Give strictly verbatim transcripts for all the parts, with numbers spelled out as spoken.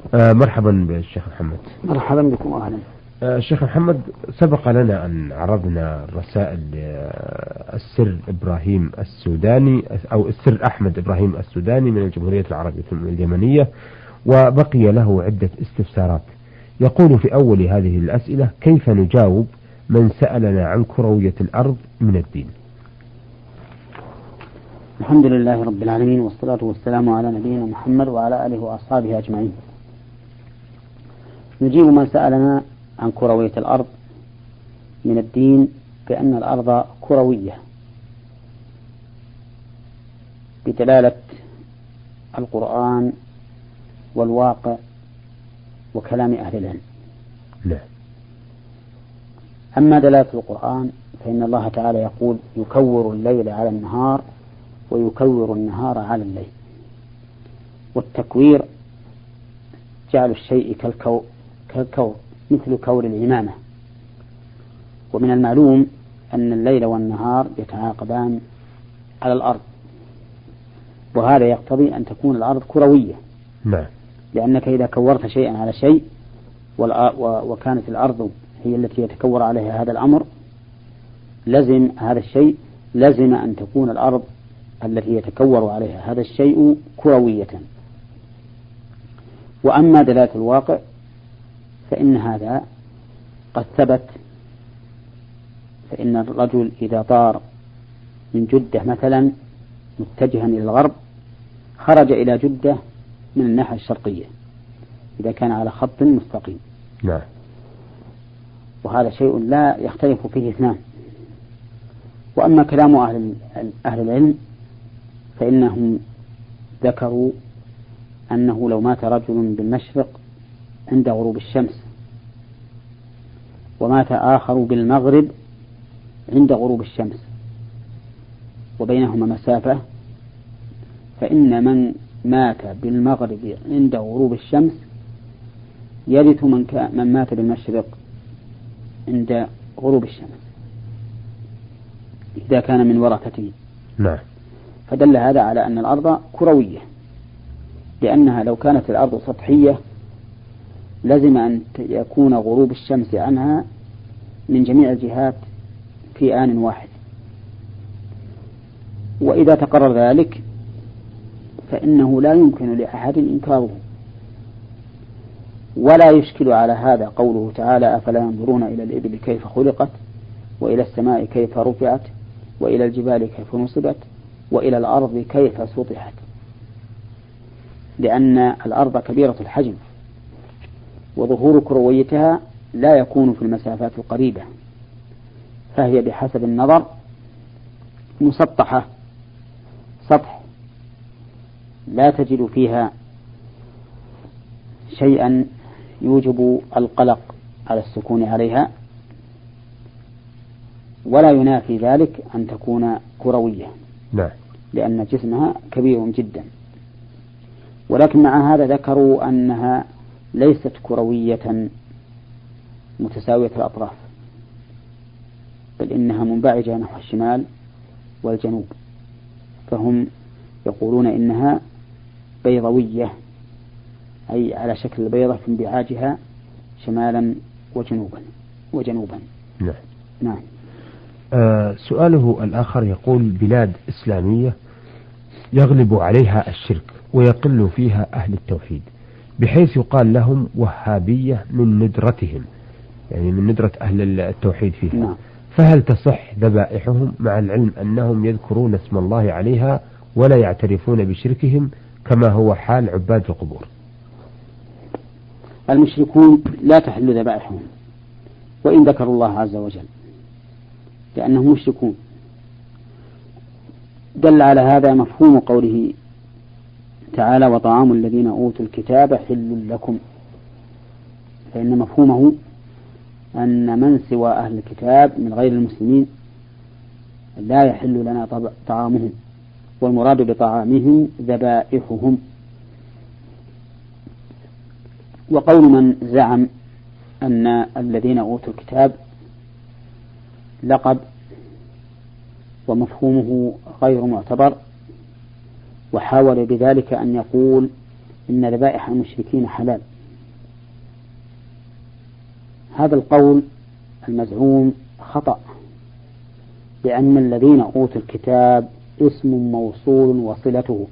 آه مرحبا بالشيخ محمد. مرحبا بكم أهلا. آه الشيخ محمد، سبق لنا أن عرضنا رسائل آه السر إبراهيم السوداني أو السر أحمد إبراهيم السوداني من الجمهورية العربية اليمنية، وبقي له عدة استفسارات. يقول في أول هذه الأسئلة: كيف نجاوب من سألنا عن كروية الأرض من الدين؟ الحمد لله رب العالمين، والصلاة والسلام على نبينا محمد وعلى آله وأصحابه أجمعين. نجيب من سألنا عن كروية الأرض من الدين بأن الأرض كروية بدلالة القرآن والواقع وكلام أهل العلم. لا. أما دلالة القرآن فإن الله تعالى يقول: يكور الليل على النهار ويكور النهار على الليل. والتكوير جعل الشيء كالكور, كالكور مثل كور العمامة. ومن المعلوم أن الليل والنهار يتعاقبان على الأرض، وهذا يقتضي أن تكون الأرض كروية. نعم. لأنك إذا كورت شيئا على شيء وكانت الأرض هي التي يتكور عليها هذا الأمر، لزم هذا الشيء لزم أن تكون الأرض التي يتكور عليها هذا الشيء كروية. وأما دلالة الواقع فإن هذا قد ثبت، فإن الرجل إذا طار من جدة مثلا متجها إلى الغرب خرج إلى جدة من الناحية الشرقية إذا كان على خط مستقيم. نعم. وهذا شيء لا يختلف فيه اثنان. وأما كلام أهل أهل العلم فإنهم ذكروا أنه لو مات رجل بالمشرق عند غروب الشمس ومات آخر بالمغرب عند غروب الشمس وبينهما مسافة، فإن من مات بالمغرب عند غروب الشمس يرث من, من مات بالمشرق عند غروب الشمس إذا كان من ورثته. نعم. فدل هذا على أن الأرض كروية، لأنها لو كانت الأرض سطحية لزم أن يكون غروب الشمس عنها من جميع الجهات في آن واحد. وإذا تقرر ذلك فإنه لا يمكن لأحد إنكاره. ولا يشكل على هذا قوله تعالى: أفلا ينظرون إلى الإبل كيف خلقت وإلى السماء كيف رفعت وإلى الجبال كيف نصبت وإلى الأرض كيف سطحت. لأن الأرض كبيرة الحجم، وظهور كرويتها لا يكون في المسافات القريبة، فهي بحسب النظر مسطحة سطح لا تجد فيها شيئا يوجب القلق على السكون عليها، ولا ينافي ذلك أن تكون كروية. نعم. لأن جسمها كبير جدا. ولكن مع هذا ذكروا أنها ليست كروية متساوية الأطراف، بل إنها منبعجة نحو الشمال والجنوب، فهم يقولون إنها بيضوية، أي على شكل البيضة في انبعاجها شمالا وجنوبا وجنوبا. نعم. نعم. آه سؤاله الآخر يقول: بلاد إسلامية يغلب عليها الشرك ويقل فيها أهل التوحيد، بحيث يقال لهم وهابية من ندرتهم، يعني من ندرة أهل التوحيد فيها. نعم. فهل تصح ذبائحهم مع العلم أنهم يذكرون اسم الله عليها ولا يعترفون بشركهم كما هو حال عباد القبور؟ المشركون لا تحل ذبائحهم وإن ذكروا الله عز وجل، لأنهم مشركون. دل على هذا مفهوم قوله تعالى: وطعام الذين أوتوا الكتاب حل لكم، فإن مفهومه أن من سوى أهل الكتاب من غير المسلمين لا يحل لنا طعامهم، والمراد بطعامهم ذبائحهم. وقول من زعم أن الذين أوتوا الكتاب لقب ومفهومه غير معتبر، وحاول بذلك أن يقول إن ذبائح المشركين حلال. هذا القول المزعوم خطأ، لأن الذين أوتوا الكتاب اسم موصول وصلته،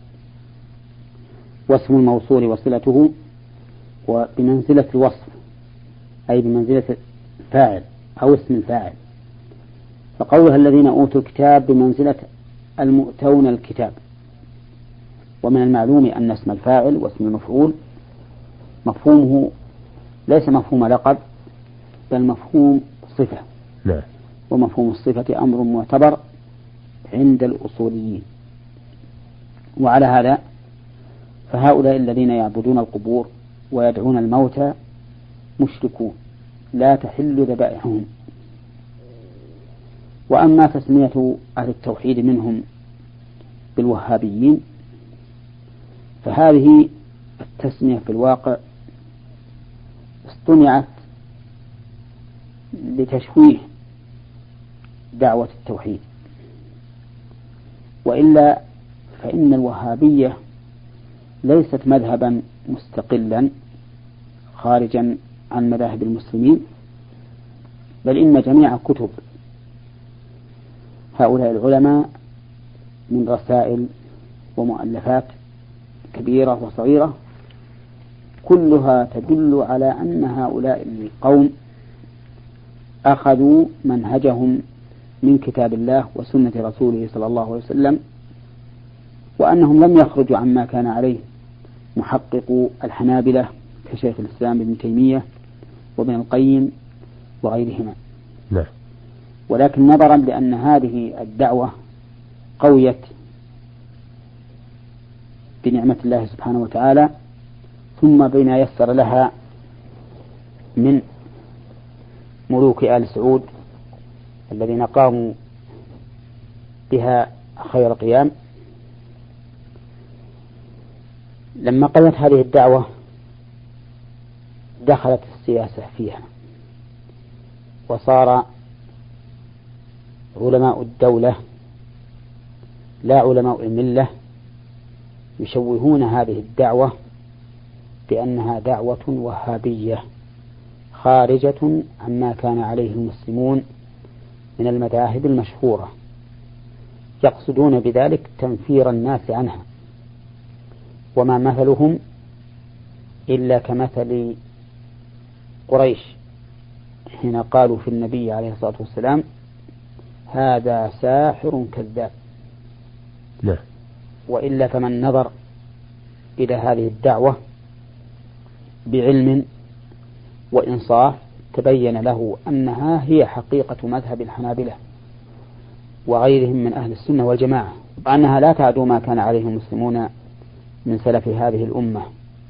واسم الموصول وصلته وبمنزلة الوصف، أي بمنزلة الفاعل أو اسم الفاعل. فقولها الذين أوتوا الكتاب بمنزلة المؤتون الكتاب. ومن المعلوم أن اسم الفاعل واسم المفعول مفهومه ليس مفهوم لقب، بل مفهوم صفة. لا. ومفهوم الصفة أمر معتبر عند الأصوليين. وعلى هذا فهؤلاء الذين يعبدون القبور ويدعون الموتى مشركون لا تحل ذبائحهم. وأما تسمية أهل التوحيد منهم بالوهابيين فهذه التسمية في الواقع اصطنعت لتشويه دعوة التوحيد، وإلا فإن الوهابية ليست مذهبا مستقلا خارجا عن مذاهب المسلمين، بل إن جميع كتب هؤلاء العلماء من رسائل ومؤلفات كبيرة وصغيرة كلها تدل على أن هؤلاء القوم أخذوا منهجهم من كتاب الله وسنة رسوله صلى الله عليه وسلم، وأنهم لم يخرجوا عما كان عليه محقق الحنابلة كشيخ الإسلام ابن تيمية وابن القيم وغيرهما. لا. ولكن نظرا لأن هذه الدعوة قويت بنعمة الله سبحانه وتعالى، ثم بين يسر لها من ملوك آل سعود الذين قاموا بها خير قيام، لما قامت هذه الدعوة دخلت السياسة فيها، وصار علماء الدولة لا علماء الملة يشوهون هذه الدعوة بأنها دعوة وهابية خارجة عما كان عليه المسلمون من المذاهب المشهورة، يقصدون بذلك تنفير الناس عنها. وما مثلهم إلا كمثل قريش حين قالوا في النبي عليه الصلاة والسلام هذا ساحر كذاب. لا. وإلا فمن نظر إلى هذه الدعوة بعلم وإنصاف تبين له أنها هي حقيقة مذهب الحنابلة وغيرهم من أهل السنة والجماعة، وأنها لا تعدو ما كان عليه المسلمون من سلف هذه الأمة.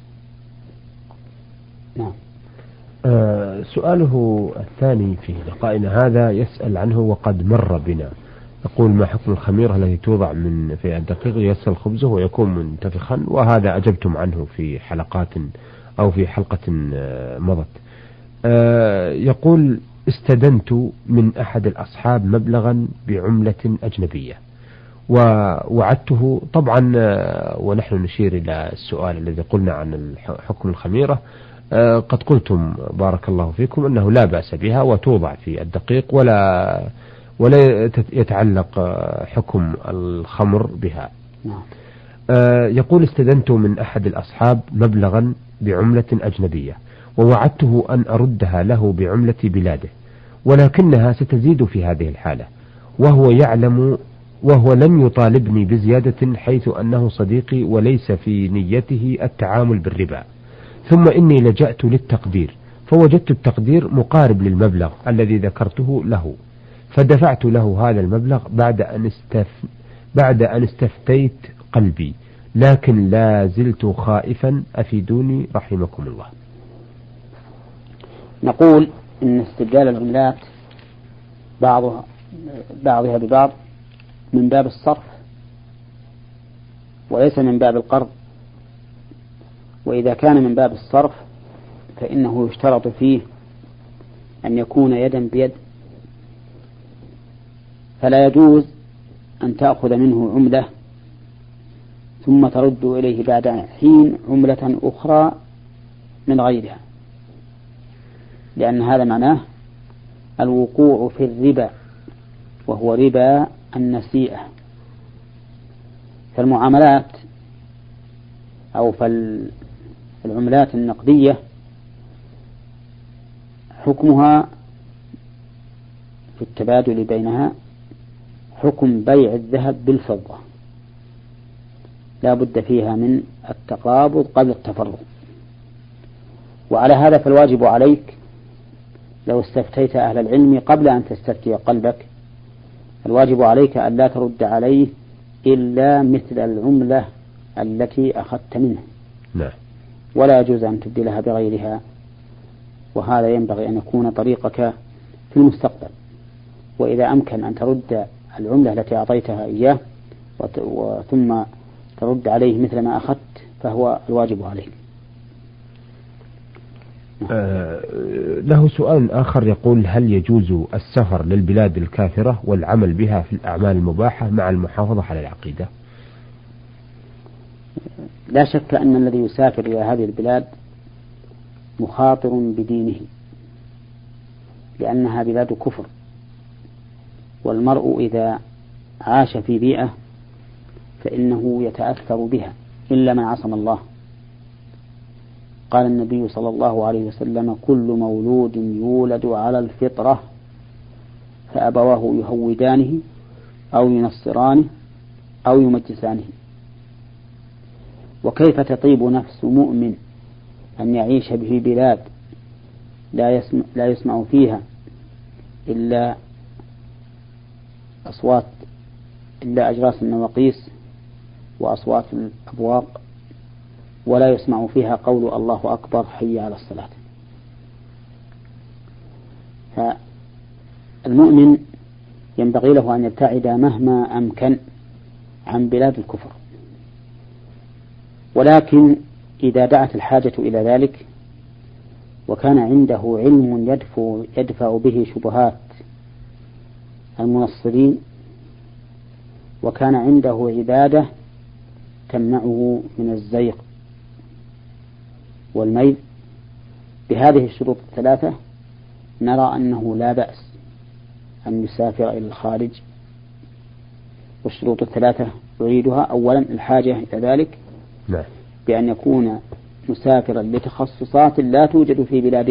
نعم. آه سؤاله الثاني في لقائنا هذا يسأل عنه وقد مر بنا، يقول ما حكم الخميرة التي توضع من في الدقيق يسل خبزه ويكون منتفخا، وهذا أجبتم عنه في حلقات أو في حلقة مضت. آه يقول استدنت من أحد الأصحاب مبلغا بعملة أجنبية ووعدته طبعا، ونحن نشير إلى السؤال الذي قلنا عن حكم الخميرة، آه قد قلتم بارك الله فيكم أنه لا بأس بها وتوضع في الدقيق ولا ولا يتعلق حكم الخمر بها. آه يقول استدنت من أحد الأصحاب مبلغا بعملة أجنبية ووعدته أن أردها له بعملة بلاده، ولكنها ستزيد في هذه الحالة، وهو يعلم وهو لم يطالبني بزيادة حيث أنه صديقي وليس في نيته التعامل بالربا. ثم إني لجأت للتقدير فوجدت التقدير مقارب للمبلغ الذي ذكرته له، فدفعت له هذا المبلغ بعد أن استف... بعد أن استفتيت قلبي، لكن لا زلت خائفا، أفيدوني رحمكم الله. نقول إن استبدال العملات بعضها بعضها ببعض من باب الصرف وليس من باب القرض، وإذا كان من باب الصرف فإنه يشترط فيه أن يكون يدا بيد، فلا يجوز أن تأخذ منه عملة ثم ترد إليه بعد حين عملة أخرى من غيرها، لأن هذا معناه الوقوع في الربا، وهو ربا النسيئة. فالمعاملات أو فالعملات النقدية حكمها في التبادل بينها حكم بيع الذهب بالفضة، لا بد فيها من التقابض قبل التفرق. وعلى هذا فالواجب عليك لو استفتيت أهل العلم قبل أن تستفتي قلبك، الواجب عليك أن لا ترد عليه إلا مثل العملة التي أخذت منه، لا. ولا يجوز أن تبدلها بغيرها. وهذا ينبغي أن يكون طريقك في المستقبل. وإذا أمكن أن ترد العملة التي أعطيتها إياه ثم ترد عليه مثل ما أخذت فهو الواجب عليك. آه له سؤال آخر يقول: هل يجوز السفر للبلاد الكافرة والعمل بها في الأعمال المباحة مع المحافظة على العقيدة؟ لا شك أن الذي يسافر إلى هذه البلاد مخاطر بدينه، لأنها بلاد كفر، والمرء إذا عاش في بيئة فإنه يتأثر بها إلا من عصم الله. قال النبي صلى الله عليه وسلم: كل مولود يولد على الفطرة فأبواه يهودانه أو ينصرانه أو يمجسانه. وكيف تطيب نفس مؤمن أن يعيش في بلاد لا يسمع, لا يسمع فيها إلا أصوات إلا أجراس النواقيس وأصوات الأبواق، ولا يسمع فيها قول الله أكبر حي على الصلاة. فالمؤمن ينبغي له أن يبتعد مهما أمكن عن بلاد الكفر، ولكن إذا دعت الحاجة إلى ذلك وكان عنده علم يدفع, يدفع به شبهات المنصرين، وكان عنده عبادة تمنعه من الزيغ والميل بهذه الشروط الثلاثة، نرى أنه لا بأس أن يسافر إلى الخارج. والشروط الثلاثة أعيدها: أولا الحاجة إلى ذلك لا. بأن يكون مسافرا لتخصصات لا توجد في بلاده،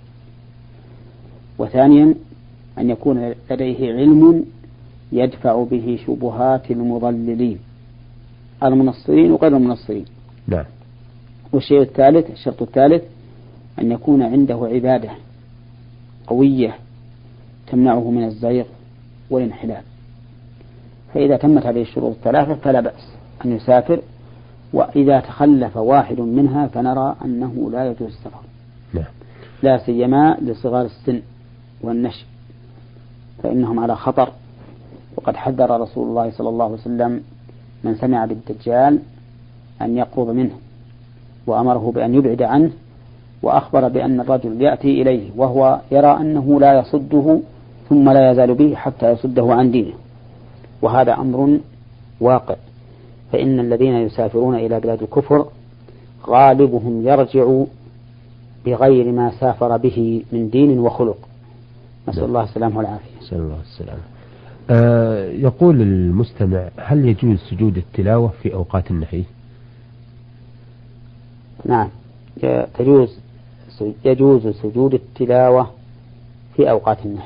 وثانيا أن يكون لديه علم يدفع به شبهات المضللين المنصرين وغير المنصرين. لا. والشيء الثالث الشرط الثالث أن يكون عنده عبادة قوية تمنعه من الزيغ والانحلال. فإذا تمت هذه الشروط الثلاثة فلا بأس أن يسافر، وإذا تخلف واحد منها فنرى أنه لا يجوز السفر، لا, لا سيما لصغار السن والنشء، فإنهم على خطر. وقد حذر رسول الله صلى الله عليه وسلم من سمع بالدجال أن يقرب منه، وأمره بأن يبعد عنه، وأخبر بأن الرجل يأتي إليه وهو يرى أنه لا يصده ثم لا يزال به حتى يصده عن دينه، وهذا أمر واقع. فإن الذين يسافرون إلى بلاد الكفر غالبهم يرجع بغير ما سافر به من دين وخلق، نسأل الله السلامة والعافية. نسأل الله السلامة. آه يقول المستمع: هل يجوز سجود التلاوة في أوقات النهي؟ نعم، تجوز يجوز سجود التلاوة في أوقات النهي،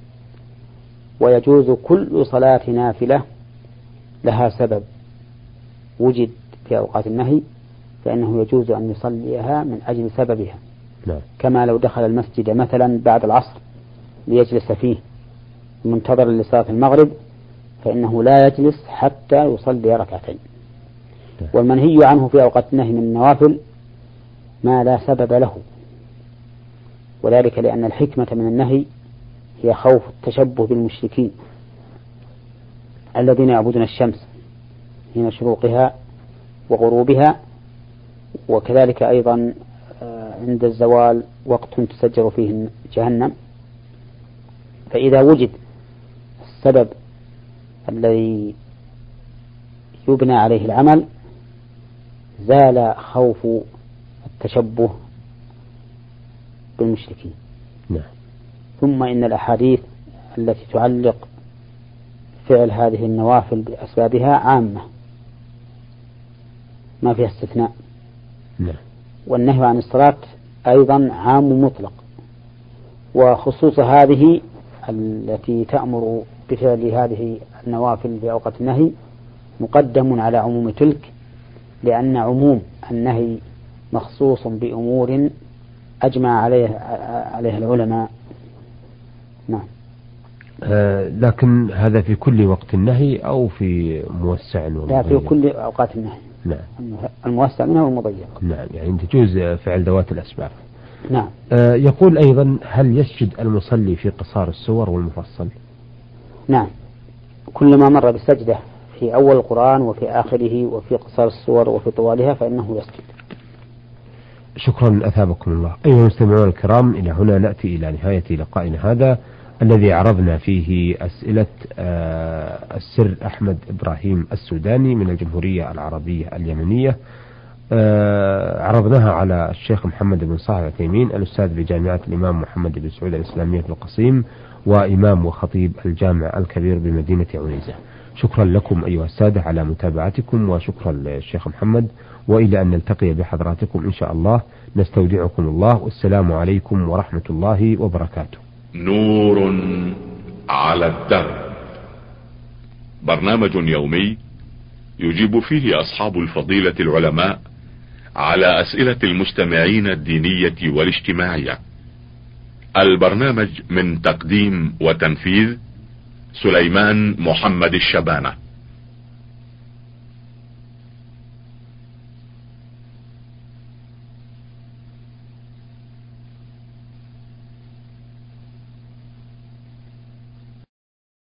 ويجوز كل صلاة نافلة لها سبب وجد في أوقات النهي، فإنه يجوز أن يصليها من أجل سببها. نعم. كما لو دخل المسجد مثلا بعد العصر ليجلس فيه منتظر لصلاة المغرب، فإنه لا يجلس حتى يصلي ركعتين. نعم. والمنهي عنه في أوقات النهي من النوافل ما لا سبب له، وذلك لأن الحكمة من النهي هي خوف التشبه بالمشركين الذين يعبدون الشمس حين شروقها وغروبها، وكذلك أيضا عند الزوال وقت تسجر فيه جهنم. فإذا وجد السبب الذي يبنى عليه العمل زال خوف التشبه بالمشركين. نعم. ثم إن الأحاديث التي تعلق فعل هذه النوافل بأسبابها عامة ما فيها استثناء. نعم. والنهي عن الصلاة أيضا عام مطلق، وخصوص هذه التي تأمر بفعل هذه النوافل في أوقات النهي مقدم على عموم تلك، لأن عموم النهي مخصوص بأمور أجمع عليه عليها العلماء. نعم. آه لكن هذا في كل وقت النهي أو في موسع ومضيق؟ لا، في كل أوقات النهي. نعم. الموسع منها والمضيق. نعم، يعني تجوز فعل ذوات الأسباب. نعم. آه يقول أيضا: هل يسجد المصلي في قصار السور والمفصل؟ نعم، كل ما مر بسجدة في أول القرآن وفي آخره وفي قصار السور وفي طوالها فإنه يسجد. شكرا، أثابكم الله. أيها المستمعون الكرام، إلى هنا نأتي إلى نهاية لقائنا هذا الذي عرضنا فيه أسئلة آه السر أحمد إبراهيم السوداني من الجمهورية العربية اليمنية. آه عرضناها على الشيخ محمد بن صالح العثيمين، الأستاذ بجامعة الإمام محمد بن سعود الإسلامية في القصيم، وإمام وخطيب الجامع الكبير بمدينة عنيزة. شكرا لكم أيها السادة على متابعتكم، وشكرا للشيخ محمد، وإلى أن نلتقي بحضراتكم إن شاء الله نستودعكم الله، والسلام عليكم ورحمة الله وبركاته. نور على الدرب، برنامج يومي يجيب فيه أصحاب الفضيلة العلماء على أسئلة المستمعين الدينية والاجتماعية. البرنامج من تقديم وتنفيذ سليمان محمد الشبانة.